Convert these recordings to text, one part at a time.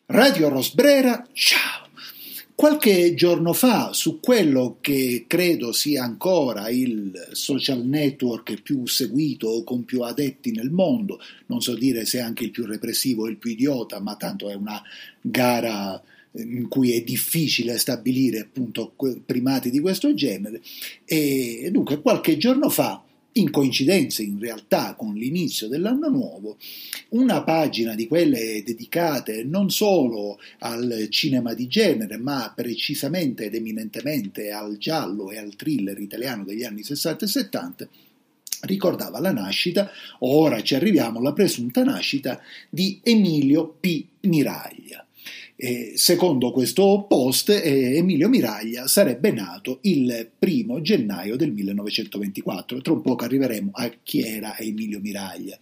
Radio Rosbrera, ciao! Qualche giorno fa, su quello che credo sia ancora il social network più seguito o con più adepti nel mondo, non so dire se anche il più repressivo o il più idiota, ma tanto è una gara in cui è difficile stabilire appunto primati di questo genere, e dunque qualche giorno fa, in coincidenza in realtà con l'inizio dell'anno nuovo, una pagina di quelle dedicate non solo al cinema di genere, ma precisamente ed eminentemente al giallo e al thriller italiano degli anni 60 e 70, ricordava la nascita, ora ci arriviamo, la presunta nascita di Emilio P. Miraglia. Secondo questo post, Emilio Miraglia sarebbe nato il 1° gennaio del 1924. Tra un poco arriveremo a chi era Emilio Miraglia.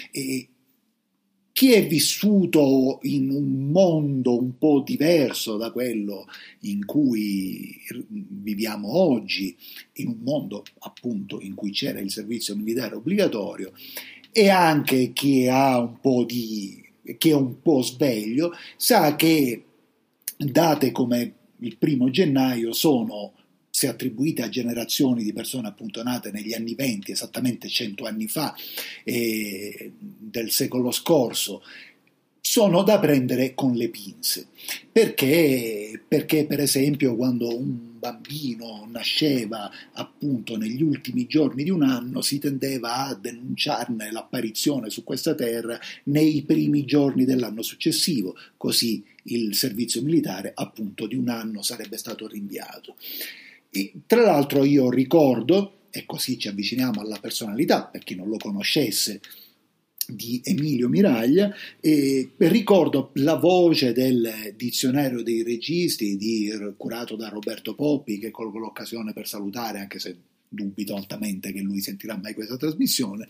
Chi è vissuto in un mondo un po' diverso da quello in cui viviamo oggi, in un mondo appunto in cui c'era il servizio militare obbligatorio, e anche chi ha un po' che è un po' sveglio, sa che date come il 1° gennaio sono, se attribuite a generazioni di persone appunto nate negli anni 20, esattamente 100 anni fa del secolo scorso, sono da prendere con le pinze, perché per esempio quando un bambino nasceva appunto negli ultimi giorni di un anno si tendeva a denunciarne l'apparizione su questa terra nei primi giorni dell'anno successivo, così il servizio militare appunto di un anno sarebbe stato rinviato. E, tra l'altro io ricordo, e così ci avviciniamo alla personalità per chi non lo conoscesse, di Emilio Miraglia, ricordo la voce del dizionario dei registi curato da Roberto Poppi, che colgo l'occasione per salutare, anche se dubito altamente che lui sentirà mai questa trasmissione.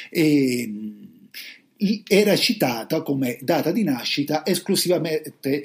Era citata come data di nascita esclusivamente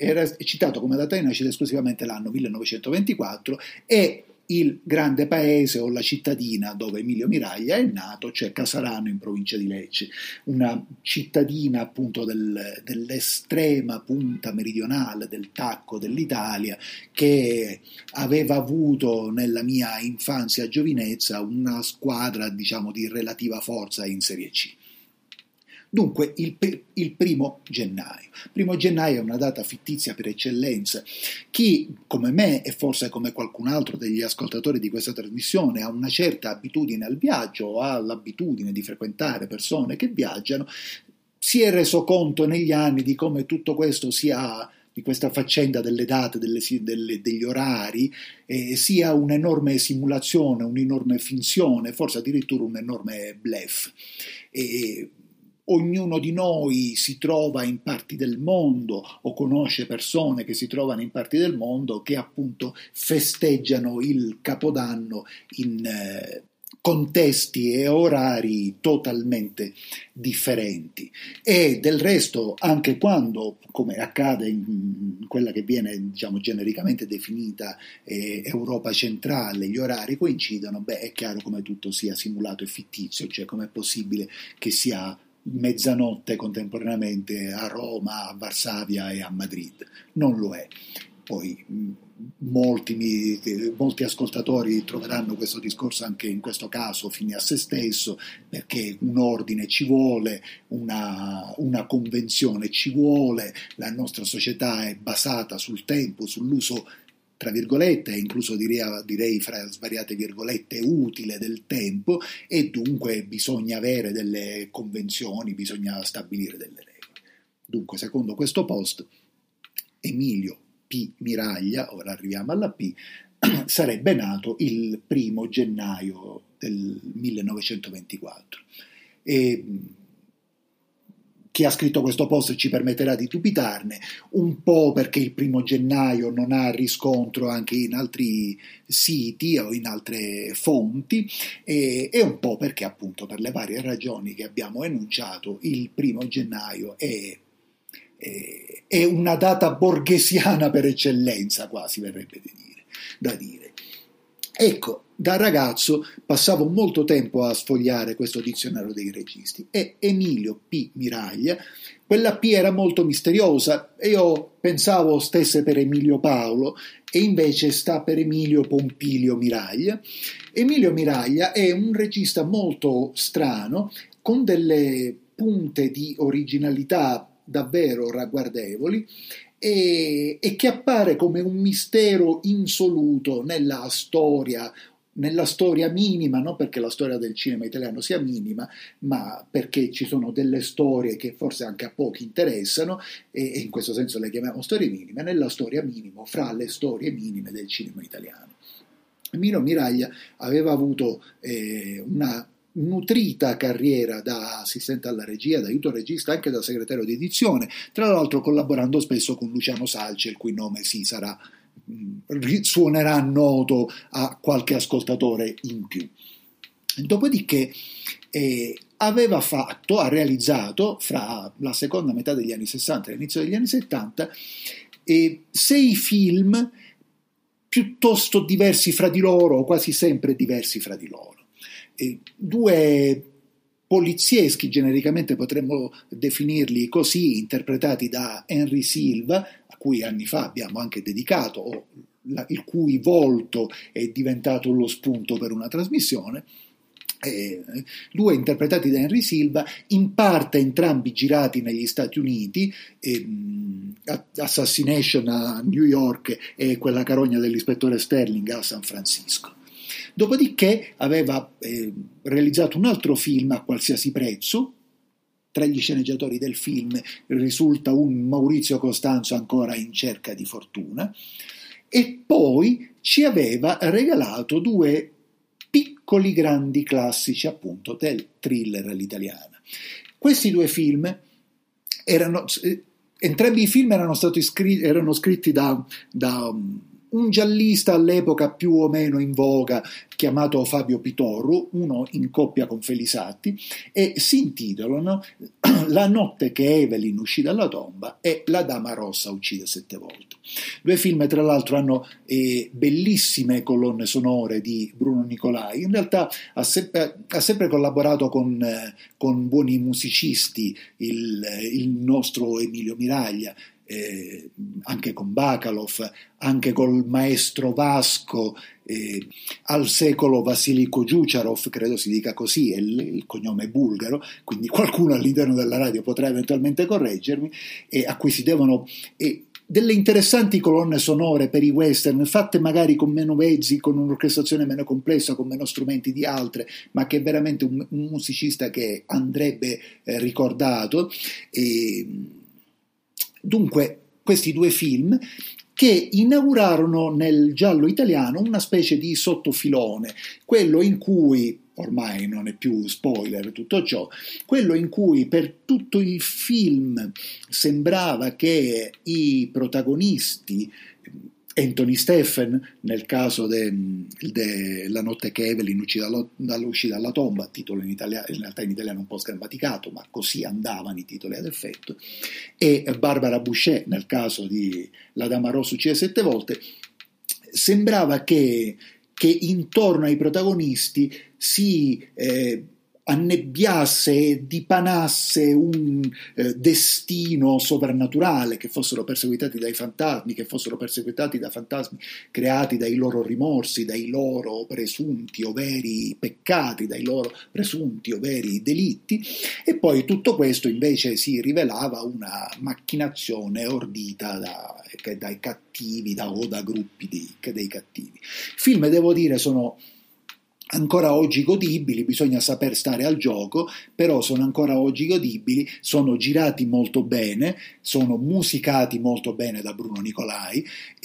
l'anno 1924 e il grande paese o la cittadina dove Emilio Miraglia è nato, cioè Casarano in provincia di Lecce, una cittadina appunto dell'estrema punta meridionale del tacco dell'Italia, che aveva avuto nella mia infanzia e giovinezza una squadra diciamo di relativa forza in Serie C. Dunque il 1° gennaio. 1° gennaio è una data fittizia per eccellenza. Chi come me e forse come qualcun altro degli ascoltatori di questa trasmissione ha una certa abitudine al viaggio o ha l'abitudine di frequentare persone che viaggiano, si è reso conto negli anni di come tutto questo sia, di questa faccenda delle date, degli orari, sia un'enorme simulazione, un'enorme finzione, forse addirittura un enorme bluff. Ognuno di noi si trova in parti del mondo o conosce persone che si trovano in parti del mondo che appunto festeggiano il Capodanno in contesti e orari totalmente differenti. E del resto, anche quando, come accade in quella che viene diciamo genericamente definita Europa centrale, gli orari coincidono, è chiaro come tutto sia simulato e fittizio, cioè com'è possibile che sia mezzanotte contemporaneamente a Roma, a Varsavia e a Madrid. Non lo è. Poi molti ascoltatori troveranno questo discorso anche in questo caso fine a se stesso, perché un ordine ci vuole, una convenzione ci vuole, la nostra società è basata sul tempo, sull'uso tra virgolette, incluso direi fra svariate virgolette, utile del tempo, e dunque bisogna avere delle convenzioni, bisogna stabilire delle regole. Dunque, secondo questo post, Emilio P. Miraglia, ora arriviamo alla P, sarebbe nato il 1° gennaio del 1924. Chi ha scritto questo post ci permetterà di dubitarne, un po' perché il 1° gennaio non ha riscontro anche in altri siti o in altre fonti, e un po' perché appunto per le varie ragioni che abbiamo enunciato il 1° gennaio è una data borghesiana per eccellenza, quasi verrebbe da dire. Ecco, da ragazzo passavo molto tempo a sfogliare questo dizionario dei registi e Emilio P. Miraglia, quella P era molto misteriosa e io pensavo stesse per Emilio Paolo e invece sta per Emilio Pompilio Miraglia. Emilio Miraglia è un regista molto strano, con delle punte di originalità davvero ragguardevoli e che appare come un mistero insoluto nella storia minima, non perché la storia del cinema italiano sia minima, ma perché ci sono delle storie che forse anche a pochi interessano e in questo senso le chiamiamo storie minime, nella storia minima, fra le storie minime del cinema italiano. Emilio Miraglia aveva avuto una nutrita carriera da assistente alla regia, da aiuto regista, anche da segretario di edizione, tra l'altro collaborando spesso con Luciano Salce, il cui nome suonerà noto a qualche ascoltatore in più. Dopodiché ha realizzato fra la seconda metà degli anni 60 e l'inizio degli anni 70 6 film piuttosto diversi fra di loro, o quasi sempre diversi fra di loro. 2 polizieschi, genericamente potremmo definirli così, interpretati da Henry Silva, a cui anni fa abbiamo anche dedicato, il cui volto è diventato lo spunto per una trasmissione. 2 interpretati da Henry Silva, in parte entrambi girati negli Stati Uniti, Assassination a New York e Quella carogna dell'ispettore Sterling a San Francisco. Dopodiché aveva realizzato un altro film A qualsiasi prezzo. Tra gli sceneggiatori del film risulta un Maurizio Costanzo ancora in cerca di fortuna, e poi ci aveva regalato 2 piccoli grandi classici appunto del thriller all'italiana. Questi 2 film entrambi i film erano scritti da un giallista all'epoca più o meno in voga chiamato Fabio Pitorru, uno in coppia con Felisatti, e si intitolano La notte che Evelyn uscì dalla tomba e La dama rossa uccide 7 volte. 2 film tra l'altro hanno bellissime colonne sonore di Bruno Nicolai. In realtà ha sempre collaborato con buoni musicisti il nostro Emilio Miraglia, anche con Bacalov, anche col maestro Vasco, al secolo Vasilij Giucharov, credo si dica così, il cognome è bulgaro, quindi qualcuno all'interno della radio potrà eventualmente correggermi, a cui si devono delle interessanti colonne sonore per i western, fatte magari con meno mezzi, con un'orchestrazione meno complessa, con meno strumenti di altre, ma che è veramente un musicista che andrebbe ricordato. Dunque, questi 2 film che inaugurarono nel giallo italiano una specie di sottofilone, quello in cui, ormai non è più spoiler tutto ciò, quello in cui per tutto il film sembrava che i protagonisti, Anthony Steffen nel caso La notte che Evelyn uscì dalla tomba, titolo in realtà in italiano un po' sgrammaticato, ma così andavano i titoli ad effetto, e Barbara Boucher nel caso di La dama rossa uccide 7 volte, sembrava che intorno ai protagonisti si annebbiasse e dipanasse un destino sovrannaturale, che fossero perseguitati dai fantasmi, che fossero perseguitati da fantasmi creati dai loro rimorsi, dai loro presunti o veri peccati, dai loro presunti o veri delitti, e poi tutto questo invece si rivelava una macchinazione ordita dai cattivi o da gruppi dei cattivi. I film, devo dire, sono ancora oggi godibili, bisogna saper stare al gioco, però sono ancora oggi godibili, sono girati molto bene, sono musicati molto bene da Bruno Nicolai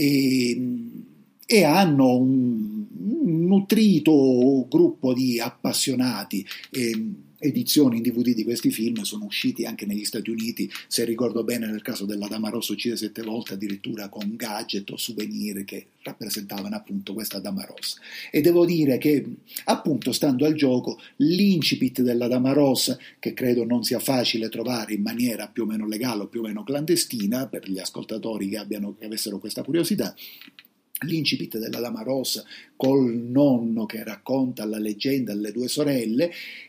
e hanno un nutrito gruppo di appassionati. Edizioni in DVD di questi film sono usciti anche negli Stati Uniti, se ricordo bene nel caso della Dama Rossa uccide 7 volte addirittura con gadget o souvenir che rappresentavano appunto questa Dama Rossa. E devo dire che appunto, stando al gioco, l'incipit della Dama Rossa, che credo non sia facile trovare in maniera più o meno legale o più o meno clandestina per gli ascoltatori che avessero questa curiosità, l'incipit della Dama Rossa col nonno che racconta la leggenda alle due sorelle,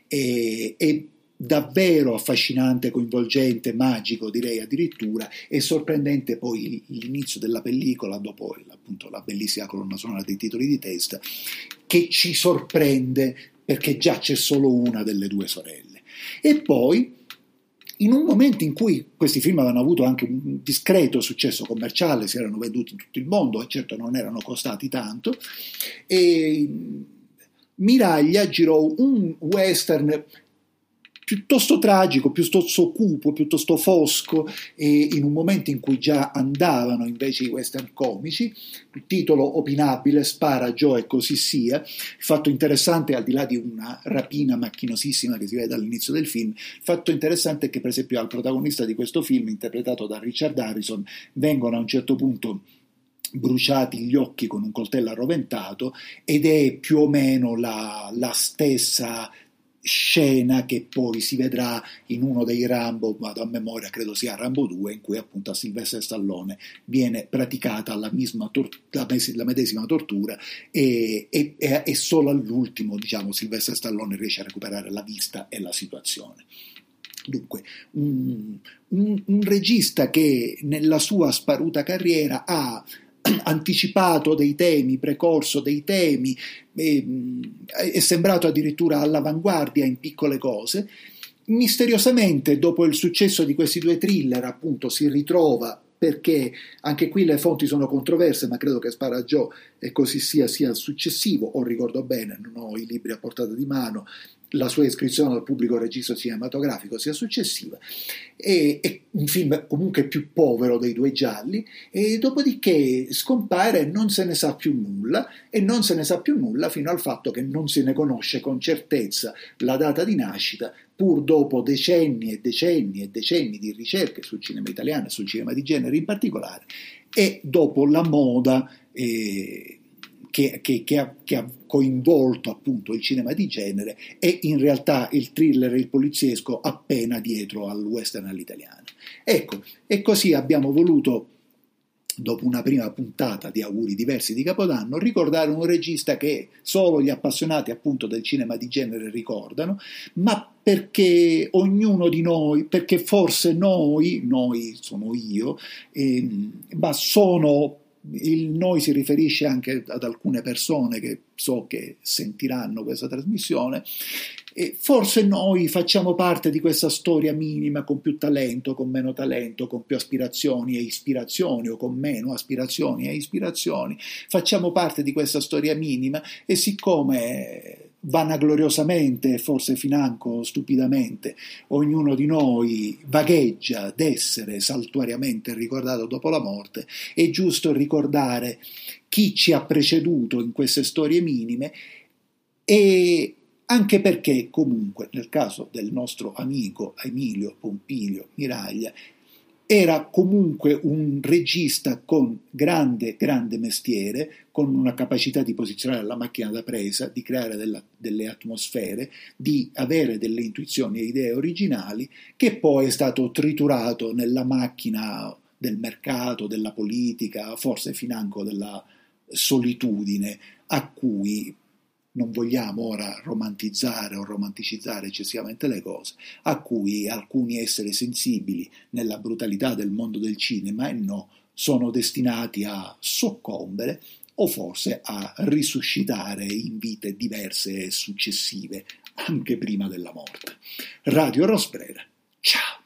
è davvero affascinante, coinvolgente, magico, direi addirittura, e sorprendente poi l'inizio della pellicola, dopo appunto la bellissima colonna sonora dei titoli di testa, che ci sorprende perché già c'è solo una delle due sorelle. E poi, in un momento in cui questi film avevano avuto anche un discreto successo commerciale, si erano venduti in tutto il mondo e certo non erano costati tanto, e Miraglia girò un western piuttosto tragico, piuttosto cupo, piuttosto fosco, e in un momento in cui già andavano invece i western comici. Il titolo opinabile, Spara Joe e così sia. Il fatto interessante, al di là di una rapina macchinosissima che si vede all'inizio del film, il fatto interessante è che per esempio al protagonista di questo film, interpretato da Richard Harrison, vengono a un certo punto bruciati gli occhi con un coltello arroventato, ed è più o meno la stessa scena che poi si vedrà in uno dei Rambo, vado a memoria, credo sia Rambo 2, in cui appunto a Sylvester Stallone viene praticata la medesima tortura, e solo all'ultimo, diciamo, Sylvester Stallone riesce a recuperare la vista e la situazione. Dunque, un regista che nella sua sparuta carriera ha anticipato dei temi, precorso dei temi, è sembrato addirittura all'avanguardia in piccole cose. Misteriosamente, dopo il successo di questi due thriller, appunto, si ritrova, perché anche qui le fonti sono controverse, ma credo che Spara Joe e così sia successivo, o ricordo bene, non ho i libri a portata di mano, la sua iscrizione al pubblico registro cinematografico sia successiva, è un film comunque più povero dei due gialli, e dopodiché scompare e non se ne sa più nulla, e non se ne sa più nulla fino al fatto che non se ne conosce con certezza la data di nascita, pur dopo decenni e decenni e decenni di ricerche sul cinema italiano e sul cinema di genere in particolare, e dopo la moda che ha coinvolto appunto il cinema di genere, e in realtà il thriller e il poliziesco appena dietro al western all'italiano. Ecco, e così abbiamo voluto, dopo una prima puntata di auguri diversi di Capodanno, ricordare un regista che solo gli appassionati appunto del cinema di genere ricordano, ma perché ognuno di noi, perché forse noi sono io, ma sono... Il noi si riferisce anche ad alcune persone che so che sentiranno questa trasmissione, e forse noi facciamo parte di questa storia minima, con più talento, con meno talento, con più aspirazioni e ispirazioni, o con meno aspirazioni e ispirazioni. Facciamo parte di questa storia minima, e siccome vanagloriosamente, forse financo stupidamente, ognuno di noi vagheggia d'essere saltuariamente ricordato dopo la morte, è giusto ricordare chi ci ha preceduto in queste storie minime, e anche perché comunque nel caso del nostro amico Emilio Pompilio Miraglia era comunque un regista con grande mestiere, con una capacità di posizionare la macchina da presa, di creare delle atmosfere, di avere delle intuizioni e idee originali, che poi è stato triturato nella macchina del mercato, della politica, forse financo della solitudine, a cui non vogliamo ora romantizzare o romanticizzare eccessivamente le cose, a cui alcuni esseri sensibili nella brutalità del mondo del cinema sono destinati a soccombere, o forse a risuscitare in vite diverse e successive, anche prima della morte. Radio Rosbrera, ciao!